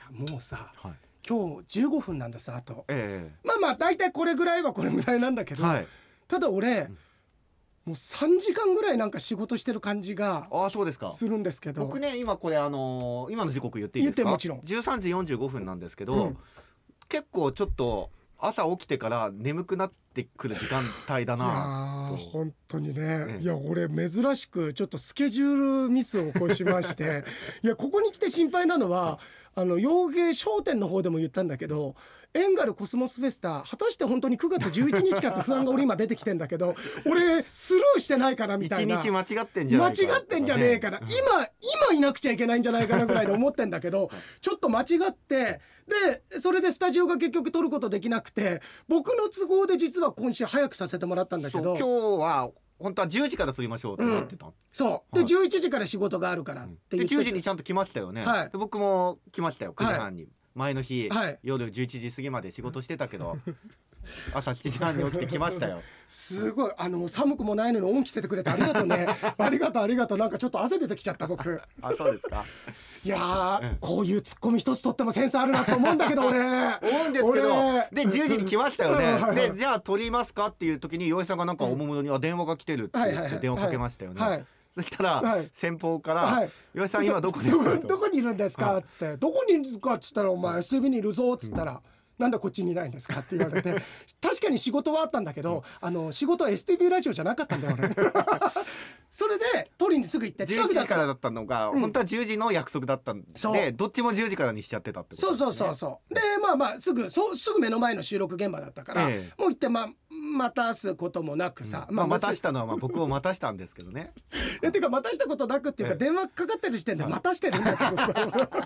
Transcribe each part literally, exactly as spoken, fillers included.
もうさ、 はい、 今日じゅうごふんなんださあと、 えまあまあ大体これぐらいはこれぐらいなんだけど、 はい、 ただ俺、 うんもうさんじかんぐらいなんか仕事してる感じがああそうですか。 するんですけど、 僕ね今これあのー、今の時刻言っていいですか。 言ってもちろんじゅうさんじよんじゅうごふんなんですけど、 うん結構ちょっと朝起きてから眠くなってくる時間帯だいやなと。 ー本当にね、 ええいや俺珍しくちょっとスケジュールミスを起こしましていやここに来て心配なのはあの洋芸商店の方でも言ったんだけど、エンガルコスモスフェスタ果たして本当にくがつじゅういちにちかって不安が俺今出てきてんだけど俺スルーしてないかなみたいな、 一日間違ってんじゃないか、 間違ってんじゃねえかな、今今いなくちゃいけないんじゃないかなぐらいで思ってんだけどちょっと間違ってでそれでスタジオが結局撮ることできなくて、僕の都合で実は今週早くさせてもらったんだけど、 そう今日は本当はじゅうじから撮りましょうってなってた、うん、 そうで、はい、じゅういちじから仕事があるからって言って、 でじゅうじにちゃんと来ましたよね、はい、で僕も来ましたよくじはんに、はい、前の日、はい、夜じゅういちじ過ぎまで仕事してたけど朝しちじはんに起きてきましたよすごいあの寒くもないのに恩着せてくれてありがとうねありがとうありがとう、なんかちょっと汗出てきちゃった僕あそうですか。 いやー、うん、こういうツッコミ一つとってもセンスあるなと思うんだけど俺思うんですけどでじゅうじに来ましたよね、うん、でじゃあ撮りますかっていう時に洋井さんがなんかおもむろに、うん、あ電話が来てるって言って電話かけましたよね、はいはいはい、そしたら、はい、先方から、はい、洋井さん今どこですかどこにいるんですかっつって、はい、どこにいるかっつったらお前 エスティービー にいるぞっつったら、うんなんでこっちにいないんですかって言われて確かに仕事はあったんだけど、うん、あの仕事は エスティービー ラジオじゃなかったんだよ俺それで取りにすぐ行って近くだったじゅうじからだったのが、うん、本当はじゅうじの約束だったんでどっちもじゅうじからにしちゃってたってことですね。 そうそうそうそうでまあまあすぐそすぐ目の前の収録現場だったから、ええ、もう行ってまあ待たすこともなくさ、 うんまあ、待たしたのはまあ僕を待たしたんですけどねいやてか待たしたことなくっていうか、ええ、電話かかってる時点で待たしてるんだけどさ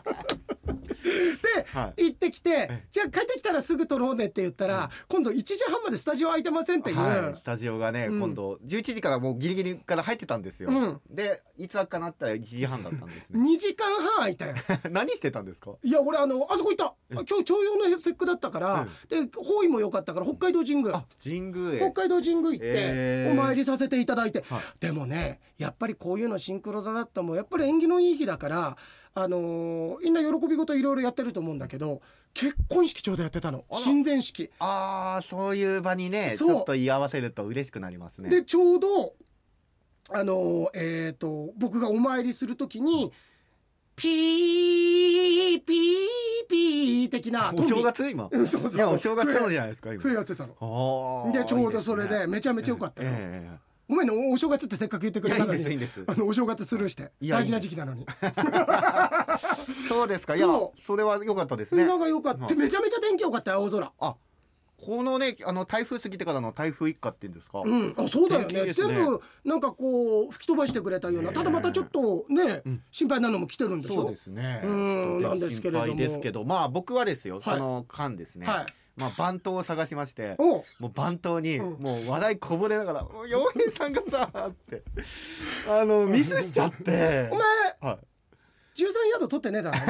で、はい、行ってきてじゃあ帰ってきたらすぐ撮ろうねって言ったら、うん、今度いちじはんまでスタジオ空いてませんっていう、はい、 スタジオがね、うん、今度じゅういちじからもうギリギリから入ってたんですよ、うん、でいつ開くかなったらいちじはんだったんですねにじかんはん空いたよ何してたんですか。 いや俺あのあそこ行った今日朝陽の節句だったから、うん、で方位も良かったから北海道神宮、 あ神宮へ北海道神宮行って、えー、お参りさせていただいて、 はい、 でもねやっぱりこういうのシンクロだなってもやっぱり縁起のいい日だからあのー、みんな喜び事いろいろやってると思うんだけど結婚式ちょうどやってたの親善式。 ああそういう場にねちょっと居合わせると嬉しくなりますね。 でちょうどあのー、えーと僕がお参りするときにピーピーピー的なお正月今そうそういやお正月なのじゃないですか今冬やってたのでちょうどそれでめちゃめちゃ良かったよ、えーえーごめんねお正月ってせっかく言ってくれたのにいいんですいいんですあのお正月スルーして大事な時期なのにそうですか。いやそれは良かったですね。 なんか良かった、はい、めちゃめちゃ天気良かった青空。あこのねあの台風過ぎてからの台風一過っていうんですか、 うん、あそうだよ ね, ね全部なんかこう吹き飛ばしてくれたような、ただまたちょっとね、うん、心配なのも来てるんでしょ。 そうですねうんなんですけれども心配ですけどまあ僕はですよ、はい、その間ですね、はいまあ、番頭を探しましてもう番頭にもう話題こぼれながら「洋平さんがさ」ってあのミスしちゃってお前、はい、じゅうさんヤード取ってねえだろ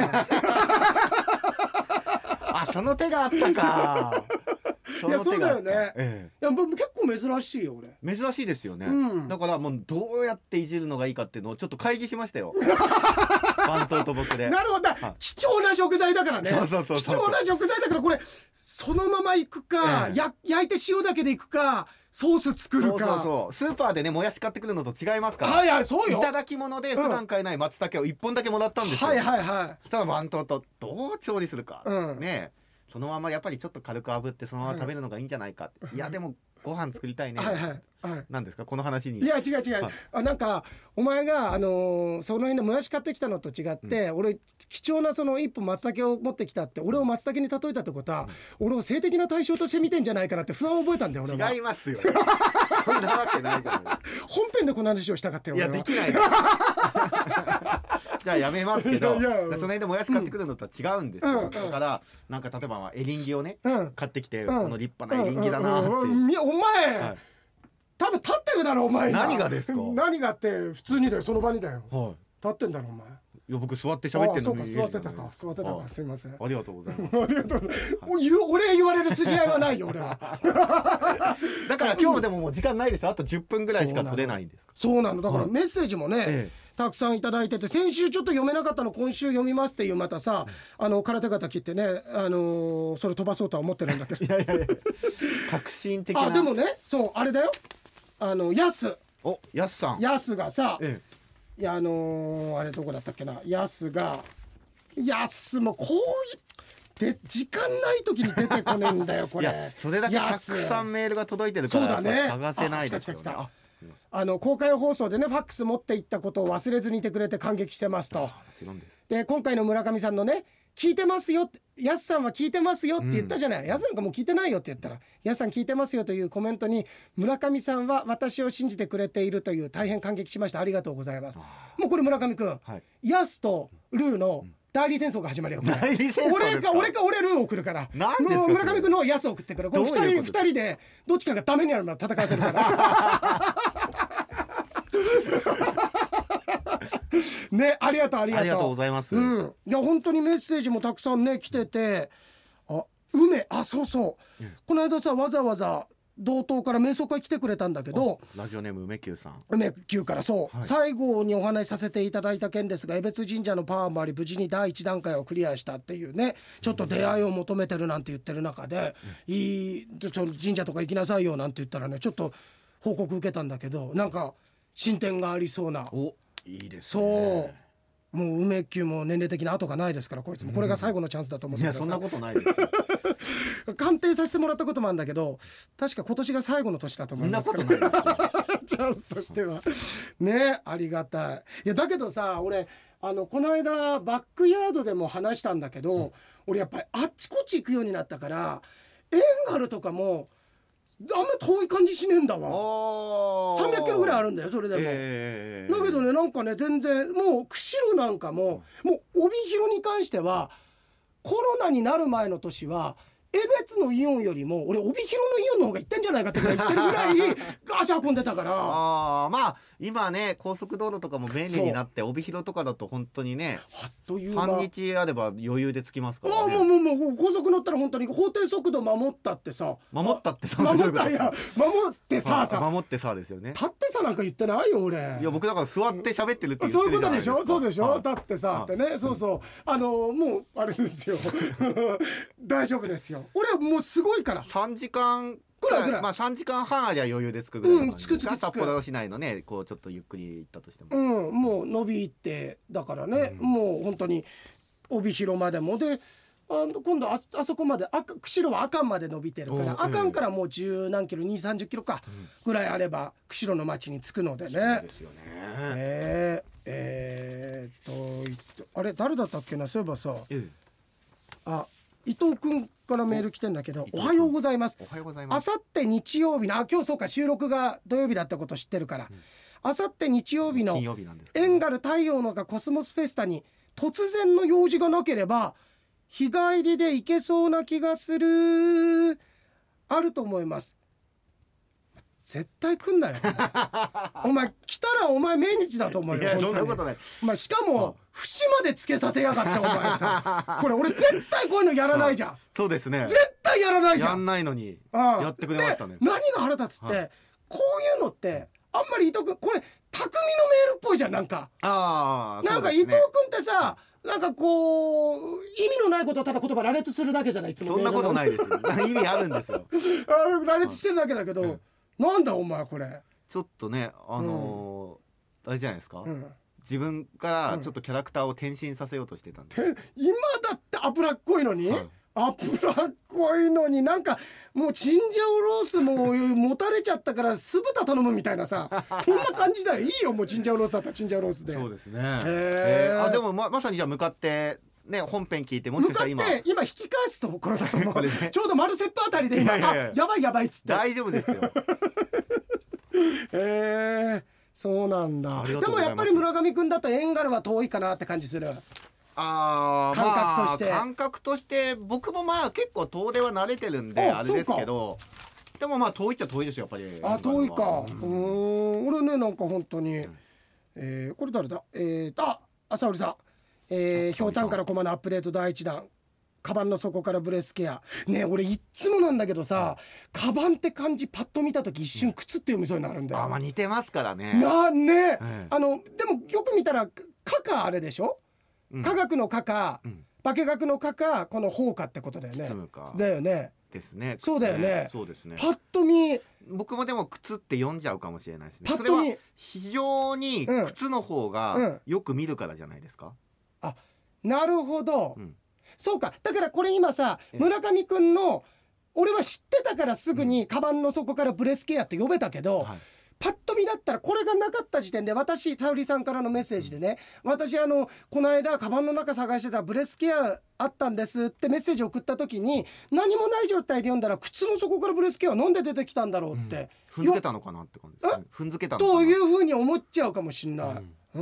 あその手があったかいやそうだよね、ええ、いや結構珍しいよ俺珍しいですよね、うん、だからもうどうやっていじるのがいいかっていうのをちょっと会議しましたよ番頭と僕で。なるほど、はい、貴重な食材だからね。 そうそうそうそう貴重な食材だからこれそのままいくか、ええ、や焼いて塩だけでいくかソース作るか。 そうそうそうスーパーでねもやし買ってくるのと違いますから。 はいはいそうよ。 いただき物で普段買えない松茸をいっぽんだけもらったんですよ、 うん、はいはいはい。 そしたら番頭とどう調理するか、 うん、 ねそのままやっぱりちょっと軽く炙ってそのまま食べるのがいいんじゃないかって、うん、いやでもご飯作りたいね。 はいはいはい、 なんですかこの話に。 いや違う違う、はい、あなんかお前が、あのー、その辺でもやし買ってきたのと違って、うん、俺貴重なその一本松茸を持ってきたって俺を松茸に例えたってことは、うん、俺を性的な対象として見てんじゃないかなって不安を覚えたんだよ俺は。 違いますよそんなわけないじゃないですか本編でこの話をしたかったよ俺は。 いやできないじゃあやめますけどその辺でもやし買ってくるのとは違うんですよ、うん、だからなんか例えばエリンギをね、うん、買ってきて、うん、この立派なエリンギだなって、うんうんうん、 お前、はい多分立ってるだろお前。 何がですか。 何がって普通にだよその場にだよ、はい、立ってんだろお前。 いや僕座って喋ってるのに。 ああそうか座ってたか座ってたかすいませんありがとうございますありがとうございます、はい、俺言われる筋合いはないよ俺はだから今日でももう時間ないですよ。あとじゅっぷんぐらいしか取れないんですか。 そうなのだからメッセージもね、はいたくさんいただいてて、先週ちょっと読めなかったの今週読みますっていうまたさ、うん、あの空手方切ってね、あのー、それ飛ばそうとは思ってるんだけどいやいやいや革新的な。 あでもね、そうあれだよ、あのヤスおヤスさんヤスがさ、 ええ、いやあのー、あれどこだったっけな、ヤスがヤスもこういで時間ない時に出てこねえんだよこれ。いやそれだけたくさんメールが届いてるからそうだね、 探せないですよね。あ、来た来た来た。 あの公開放送でねファックス持っていったことを忘れずにいてくれて感激してますと。で今回の村上さんのね聞いてますよって、やすさんは聞いてますよって言ったじゃない、うん、やすなんかもう聞いてないよって言ったら、やすさん聞いてますよというコメントに、村上さんは私を信じてくれているという、大変感激しました、ありがとうございます。もうこれ村上くん、はい、やすとルーの代理戦争が始まるよ。 代理戦争俺か俺か俺ルー送るから、 なんですかもう村上くんのやす送ってくる。このふたりふたりでどっちかがダメになるまで戦わせるからね、ありがとうありがとうありがとうございます、 うん、いや本当にメッセージもたくさんね来てて、あ梅あそうそう、うん、この間さわざわざ道東から瞑想会来てくれたんだけど、 ラジオネーム梅久さん、 梅久からそう、はい、最後にお話しさせていただいた件ですが、江別神社のパワーもあり無事にだいいち段階をクリアしたっていうね、ちょっと出会いを求めてるなんて言ってる中で、うん、いいちょ神社とか行きなさいよなんて言ったらね、ちょっと報告受けたんだけど、なんか進展がありそうな。 おいいですね。そうもう梅久も年齢的な後がないですから、こいつもこれが最後のチャンスだと思ってください。 いやそんなことないです鑑定させてもらったこともあるんだけど、確か今年が最後の年だと思いますから。 そんなことないチャンスとしてはね、ありがたい。いやだけどさ、俺あのこの間バックヤードでも話したんだけど、うん、俺やっぱりあっちこっち行くようになったから、エンガルとかもあんま遠い感じしねえんだわ。さんびゃっキロぐらいあるんだよそれでも、えー、だけどねなんかね全然もう釧路なんかも、うん、もう帯広に関してはコロナになる前の年は江別のイオンよりも俺帯広のイオンの方が行ってんじゃないかって言ってるぐらい足運んでたからあまあ今ね高速道路とかも便利になって、帯広とかだと本当にねあっという間半日あれば余裕で着きますからね。 あもうもうもう高速乗ったら本当に法定速度守ったってさ守ったってさ守ったいや守ってささ守ってさですよね。 立ってさなんか言ってないよ俺。 いや僕だから座って喋ってるって言ってるじゃないですか。 そういうことでしょそうでしょ、はい、立ってさってね、そうそう、あのもうあれですよ大丈夫ですよ。俺はもうすごいからさんじかんぐらいぐらい、まあさんじかんはんありゃ余裕で着くぐらいの感じ、 うん、着く着く着く札幌市内のねこうちょっとゆっくり行ったとしても、 うん、もう伸びってだからね、うん、もう本当に帯広までもであの今度 あ, あそこまであ釧路は阿寒まで伸びてるから阿寒からもう十何キロにじゅうさんじゅっキロか、うん、ぐらいあれば釧路の町に着くのでね。 そうですよね。 えー、えー、っとあれ誰だったっけな、そういえばさ、うん、あ伊藤くんからメール来てんだけど、おはようございます。 おはようございます。 あさって日曜日のあ今日そうか収録が土曜日だったこと知ってるから、あさって日曜日のエンガル太陽の丘コスモスフェスタに突然の用事がなければ日帰りで行けそうな気がする。あると思います。絶対来んなよお前来たらお前命日だと思うよ。 いやそんなことない。 お前しかも節までつけさせやがってお前さこれ俺絶対こういうのやらないじゃん。 そうですね。 絶対やらないじゃん。 やんないのにやってくれましたね。 何が腹立つって、はい、こういうのってあんまり伊藤君これ匠のメールっぽいじゃん。なんかあなんか伊藤君ってさなんかこう意味のないことをただ言葉羅列するだけじゃない。いつもそんなことないですよ意味あるんですよあ羅列してるだけだけど、うん、なんだお前これちょっとねあのーうん、あれじゃないですか、うん、自分からちょっとキャラクターを転身させようとしてたんで、 うん、今だって脂っこいのに、はい、脂っこいのになんかもうチンジャオロースも持たれちゃったから酢豚頼むみたいなさそんな感じだよ。いいよもうチンジャオロースだったらチンジャオロースで。 そうですね。えー、あでも ま, まさにじゃあ向かってね本編聞いてもしかしたら今向かって今引き返すところだと思う、ね、ちょうどマルセップあたりで今いやいやいやあやばいやばいっつって大丈夫ですよえー、そうなんだ。でもやっぱり村上くんだとエンガルは遠いかなって感じする。 あ感覚として、 まあ、感覚として僕もまあ結構遠出は慣れてるんであれですけど、でもまあ遠いっちゃ遠いですよやっぱり。 あ遠いか。うんうん俺ねなんか本当に、うん、えー、これ誰だえー、あ浅織さん、えー、ひょうたんからコマのアップデートだいいちだんカバンの底からブレスケアねえ、俺いっつもなんだけどさ、カバンって漢字パッと見た時一瞬靴って読みそうになるんだよ、 あ、まあ似てますからね。 なね、 うん、 あのでもよく見たら科かあれでしょ、うん、科学の科か、うん、化学の科かこの法かってことだよね。だよね。 ですね。 そうだよね。 そうですね。 パッと見僕もでも靴って読んじゃうかもしれないですね。 パッと見それは非常に靴の方がよく見るからじゃないですか、 うんうん、あ、なるほど、うん、そうか。だからこれ今さ、村上くんの俺は知ってたからすぐにカバンの底からブレスケアって呼べたけど、はい、パッと見だったらこれがなかった時点で、私沙織さんからのメッセージでね、私あのこの間カバンの中探してたらブレスケアあったんですってメッセージを送った時に、何もない状態で読んだら靴の底からブレスケアはなんで出てきたんだろうって、 うん、踏んづけたのかなって感じですね。踏んづけたのかなというふうに思っちゃうかもしんない、うんうん、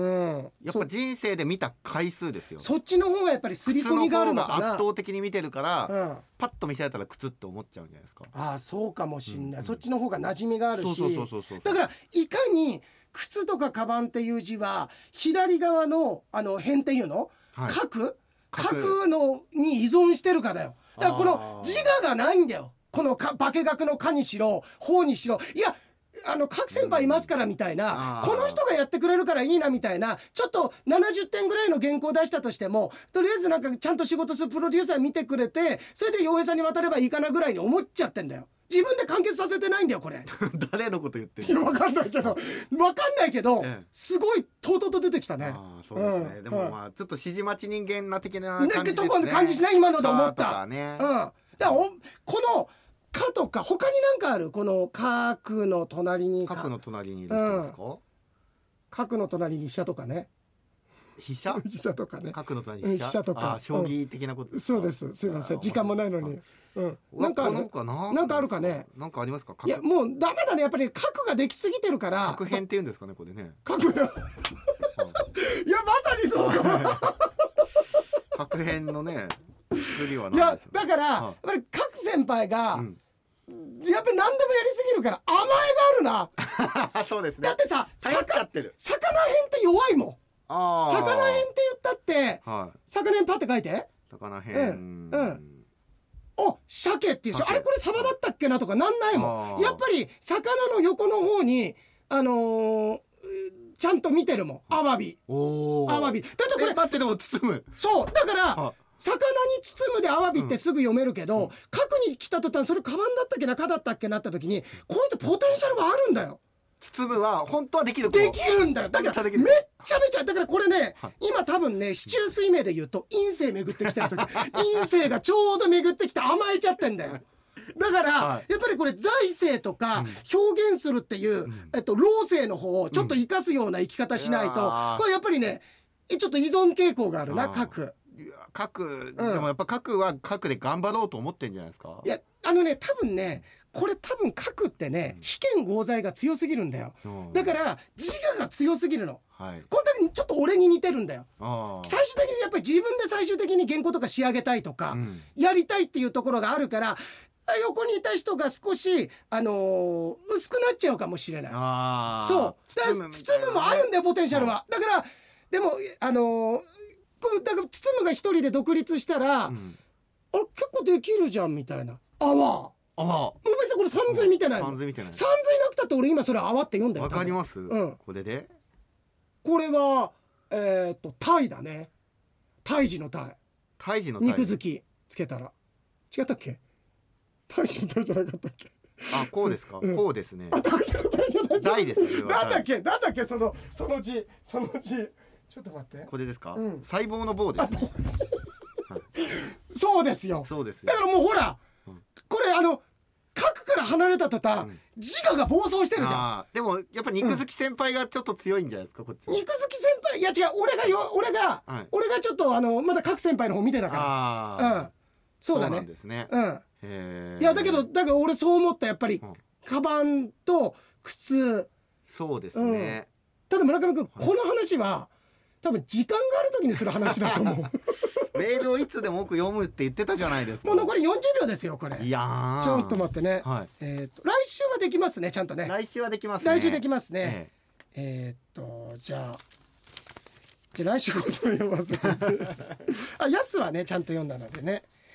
やっぱ人生で見た回数ですよ。 そっちの方がやっぱり刷り込みがあるのかな。 靴の方が圧倒的に見てるから、うん、パッと見せられたら靴って思っちゃうんじゃないですか。 ああ、そうかもしんない、うんうん、そっちの方が馴染みがあるし、だからいかに靴とかカバンっていう字は左側のあの辺っていうの、はい、書く書くのに依存してるかだよ。だからこの自我がないんだよ。この化学の科にしろ法にしろ、いやあの各先輩いますからみたいな、この人がやってくれるからいいなみたいな、ちょっとななじゅってんぐらいの原稿を出したとしても、とりあえずなんかちゃんと仕事するプロデューサー見てくれて、それで洋平さんに渡ればいいかなぐらいに思っちゃってんだよ。自分で完結させてないんだよこれ誰のこと言ってるの？いや分かんないけど分かんないけど、ええ、すごいとうとうと出てきたね。 あ、そうですね、うん、でもまあちょっと指示待ち人間な的な感じですね。 とこ感じしない今のと思った、 ね、 うん、だからおこの「か」とか他に何かある？この「かく」の隣に「 かく」の隣にいる人ですか？うん、 かくの隣に「飛車」とかね。 飛車飛車とかね。 かくの隣に飛車、 飛車とか、 将棋的なことですか？ そうです。すいません、時間もないのに。うん、なんかある？なんかあるかね。 なんかありますか？ いやもうダメだね、やっぱり角ができすぎてるから。 角変って言うんですかねこれね。 角いやまさにそうか角変のね作りはないやだからやっぱり角先輩が、うん、やっぱり何でもやりすぎるから甘えがあるなそうですね。 だってさ、 流行っちゃってる。 魚編って弱いもん。あ、魚編って言ったって、はい、魚編パって書いて魚編、 うんうん、お鮭っていうでしょ。あれこれサバだったっけなとかなんないもん。やっぱり魚の横の方にあのー、ちゃんと見てるもん。アワビアワビだってこれ待ってでも包む。 そうだから魚に包むでアワビってすぐ読めるけど、うん、角に来た途端それカバンだったっけなカだったっけなった時にこういったポテンシャルはあるんだよ。 包むは本当はできる。 できるんだよ。だからめっちゃめちゃだからこれね、はい、今多分ね四柱推命で言うと陰性巡ってきてる時陰性がちょうど巡ってきて甘えちゃってんだよ。だから、はい、やっぱりこれ財政とか表現するっていう、うん、えっと、老世の方をちょっと生かすような生き方しないと、うん、これやっぱりねちょっと依存傾向があるな角。 角、うん、でもやっぱ角は角で頑張ろうと思ってんじゃないですか。 いやあのね多分ねこれ多分角ってね非剣豪罪が強すぎるんだよ、うん、だから自我が強すぎるの、はい、この時にちょっと俺に似てるんだよ。最終的にやっぱり自分で最終的に原稿とか仕上げたいとか、うん、やりたいっていうところがあるから横にいた人が少し、あのー、薄くなっちゃうかもしれない。あそうだから包むもあるんだよポテンシャルは、うん、だからでもあのー、だから包むが一人で独立したら、うん、あれ結構できるじゃんみたいな。あわあもう別にこれさんずい見てない。 さんずい見てない。 さんずいなくたって俺今それあわって読んだよ。 わかります、 うん、 これでこれはえー、っとタイだね。胎児の胎。 胎児の胎肉好きつけたら違ったっけ？胎児の胎じゃなかったっけ？ あ、こうですか、うん、こうですね。 あ、胎児の胎じゃない。 胎ですね。 なんだっけなんだっけそのその字その字ちょっと待って。 これですか、うん、細胞の棒ですねそうですよ。 そうですよ。 だからもうほら、うん、これあの核から離れた途端、うん、自我が暴走してるじゃん。 でもやっぱ肉好き先輩がちょっと強いんじゃないですか、うん、こっちは。 肉好き先輩いや違う俺がよ俺が、はい、俺がちょっとあのまだ核先輩の方見てたから。うん、そうだね。そうなんですね。うん。へいやだけどだから俺そう思った。やっぱり、うん、カバンと靴。 そうですね、 うん、ただ村上君、はい、この話は多分時間がある時にする話だと思うメールをいつでも多く読むって言ってたじゃないですか。 もう残りよんじゅうびょうですよこれ。いやちょっと待ってね、はい、えー、と来週はできますねちゃんとね。 来週はできますね。 来週できますね。えー、っとじゃあじゃあ来週こそ読ませてあやすはねちゃんと読んだのでね。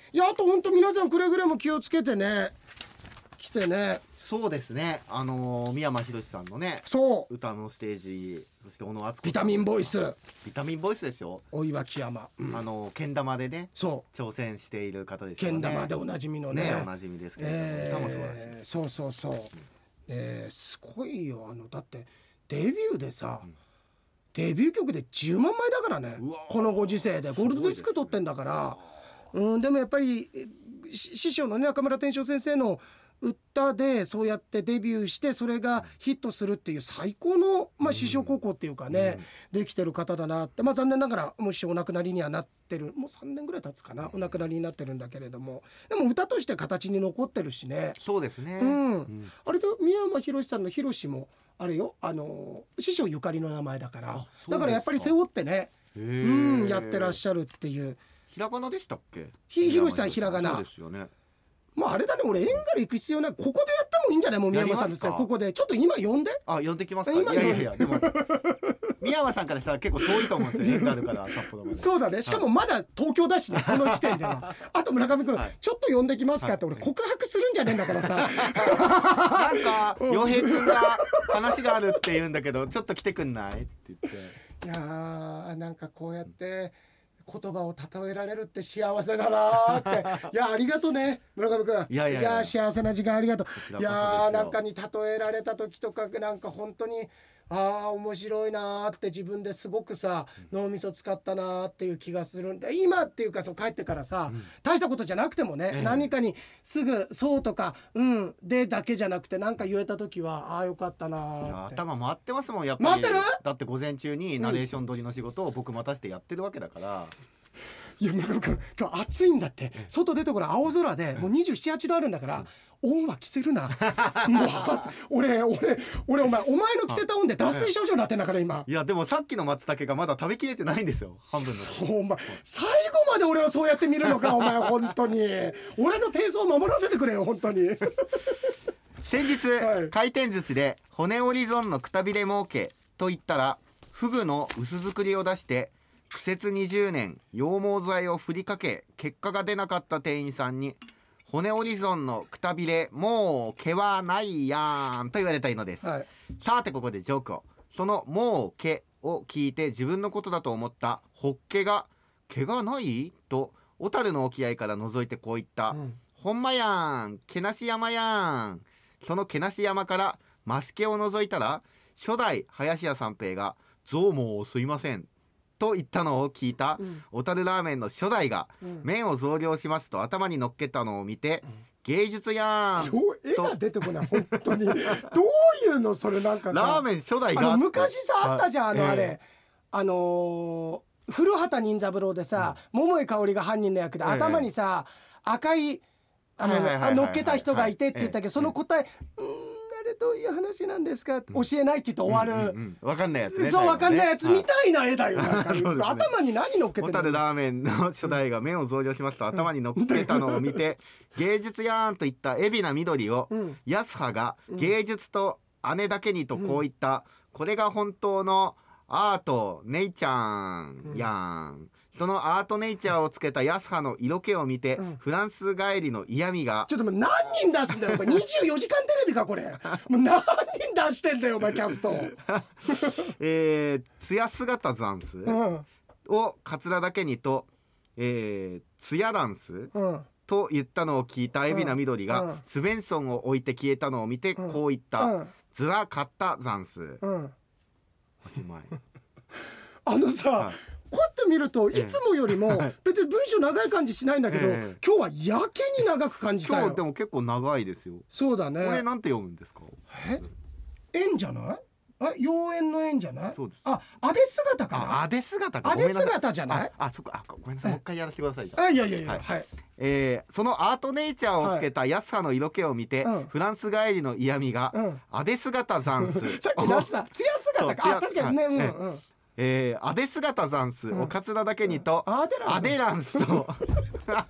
いやあと本当皆さんくれぐれも気をつけてね来てね。 そうですね、あのー、三山ひろしさんのねそう歌のステージ、そして小野敦子ビタミンボイスビタミンボイスでしょ、 大岩木山、 うん、あのけん玉でねそう挑戦している方ですよね。 けん玉でおなじみのね、 ねおなじみですけど、えー、歌も素晴らしい。 そうそうそう、うんえー、すごいよ。あのだってデビューでさ、うん、デビュー曲でじゅうまんまいだからね。このご時世でゴールドディスク取ってんだから、うん、でもやっぱり師匠のね中村天正先生の歌でそうやってデビューしてそれがヒットするっていう最高の、まあ、師匠高校っていうかね、うん、できてる方だなって、まあ、残念ながらもう師匠お亡くなりにはなってる、もうさんねんぐらい経つかな、お亡くなりになってるんだけれども、でも歌として形に残ってるしね。 そうですね、 うんうん、あれと宮山ひろしさんのひろしもあれよ、あの師匠ゆかりの名前だから、だからやっぱり背負ってね、うん、やってらっしゃるっていう。 ひらがなでしたっけ？ ひひろしさんひらがな。 そうですよね。 まああれだね、俺縁から行く必要ない。ここでやってもいいんじゃない？もう宮山さんですね。ここでちょっと今呼んで。 あ、呼んできますか。今いやいやいや、でも宮山さんからしたら結構遠いと思うんですよ。縁があるから札幌まで。 そうだね。しかもまだ東京だしね、この時点では。あと村上君、はい、ちょっと呼んできますかって俺告白するんじゃねえんだからさ。 なんか洋平君が話があるって言うんだけど、ちょっと来てくんないって言って。 いやーなんかこうやって。言葉を例えられるって幸せだなって。いやありがとうね村上君。いやいやいや、いや幸せな時間ありがとう。いやなんかに例えられた時とかなんか本当にああ面白いなって自分ですごくさ脳みそ使ったなっていう気がするんで、今っていうかそう帰ってからさ、うん、大したことじゃなくてもね、ええ、何かにすぐそうとかうんでだけじゃなくて何か言えた時はああよかったなって。 頭回ってますもんやっぱり。 回ってる？ だって午前中にナレーション撮りの仕事を僕待たせてやってるわけだから。 いや村上君今日暑いんだって。外出てこれ青空でもうにじゅうなな、はちどあるんだからオンは着せるな。もう俺俺俺お前お前の着せたオンで脱水症状になってんだから今。 いやでもさっきの松茸がまだ食べきれてないんですよ、半分の。 お前最後まで俺をそうやって見るのかお前本当に。俺の低層を守らせてくれよ本当に。 先日、はい、回転寿司で骨折り損のくたびれ儲けと言ったらフグの薄作りを出して苦節にじゅうねん羊毛剤を振りかけ結果が出なかった店員さんに骨折り損のくたびれもう毛はないやんと言われたいのです、はい、さてここでジョークを。そのもう毛を聞いて自分のことだと思ったホッケが毛がないと小樽の沖合から覗いてこう言った、うん、ほんまやん毛なし山やん。その毛なし山からマス毛を覗いたら初代林家三平がどうもすいませんと言ったのを聞いた、うん、小樽ラーメンの初代が、うん、麺を増量しますと頭に乗っけたのを見て、うん、芸術やんそう絵が出てこない本当に。どういうのそれ。なんかさラーメン初代があの昔さあったじゃんあの、えー、あれあのー、古畑任三郎でさ、うん、桃井かおりが犯人の役で、えー、頭にさ赤いあの乗っけた人がいてって言ったけど、えー、その答え、うんあれどういう話なんですか、うん、教えないって言って終わる、うんうんうん、分かんないやつね。 そう分かんないやつみたいな絵だよ、なんかね、頭に何乗っけてるの。 小樽ラーメンの初代が麺を増量しますと頭に乗っけたのを見て、うん、芸術やーんと言った海老名緑を、うん、安葉が芸術と姉だけにとこう言った、うん、これが本当のアートネイチャーンやん、うんそのアートネイチャーをつけた安葉の色気を見て、うん、フランス帰りの嫌味がちょっと何人出すんだよこれにじゅうよじかんテレビかこれ。もう何人出してんだよお前キャスト。 えー、つや姿ダンス、うん、をカツラだけにと、えー、つやダンス、うん、と言ったのを聞いた海老名緑が、うん、スベンソンを置いて消えたのを見てこう言った、うん、ズラカッタダンス、うん、おしまい。 あのさ、はいこうやって見るといつもよりも別に文章長い感じしないんだけど、ええ、今日はやけに長く感じたよ。 今日でも結構長いですよ。 そうだね。 これなんて読むんですか。 え円じゃないあ妖艶の円じゃない。 そうです。 あアデ姿かな。 アデ姿か。 アデ姿じゃない。 あそこあごめんなさいもう一回やらせてください。 あいやいやいやはい、はいえー、そのアートネイチャーをつけた安葉の色気を見て、はい、フランス帰りの嫌味が、うん、アデ姿ザンスさっきのやつだ。ツヤ姿か。あ確かにね、うんうんえー、アデ姿ザンス、うん、おカツラだけにと、 うん、アデランスとそりゃ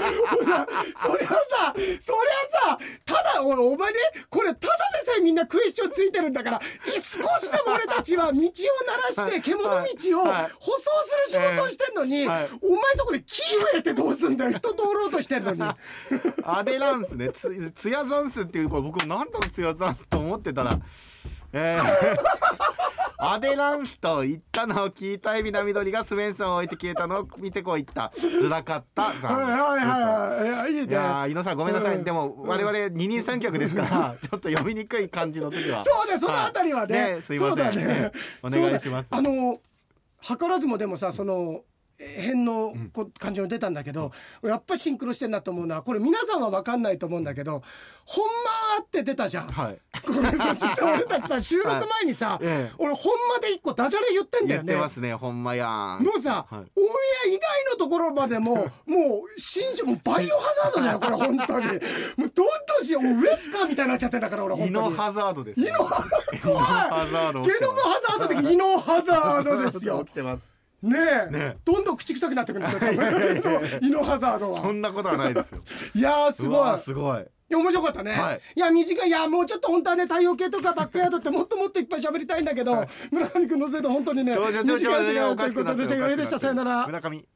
さそりゃさただおお前ねこれただでさえみんなクエスチョンついてるんだから少しでも俺たちは道を鳴らして獣道を舗装する仕事をしてんのに、はいはい、お前そこで木植えてどうすんだよ人通ろうとしてんのにアデランスねつツヤザンスっていうこれ僕何だろうツヤザンスと思ってたらえーアデランスと言ったのを聞いた海老名緑がスベンソンを置いて消えたのを見てこう言ったずらかったさん。 はいはいはいいいね。いや井野さんごめんなさい、うん、でも我々二人三脚ですからちょっと読みにくい感じの時はそうねそのあたりはね、 ねすいません、ね、お願いします。 あの図らずもでもさその変の感じも出たんだけど、うん、やっぱシンクロしてんなと思うのはこれ皆さんは分かんないと思うんだけどほんまって出たじゃん、はい、これさ実は俺たちさ収録前にさ、はいええ、俺ほんまで一個ダジャレ言ってんだよね。 言ってますねほんまやん。 もうさ、はい、オンエア以外のところまでももう新種もうバイオハザードだよこれ本当にもうどんどんしウエスカーみたいになっちゃってんだから俺本当にイノハザードです、ね、 イノハザードゲノムハザード的イノハザードですよ起きてますねえ、ね、どんどん口臭くなってくるんですよイノハザードは。 そんなことはないですよいやーすごいすごいいや面白かったね、はい、いや短いいやもうちょっと本当はね太陽系とかバックヤードってもっともっといっぱい喋りたいんだけど、はい、村上君のせいで本当にね短い時間ということでした。さよなら。 村上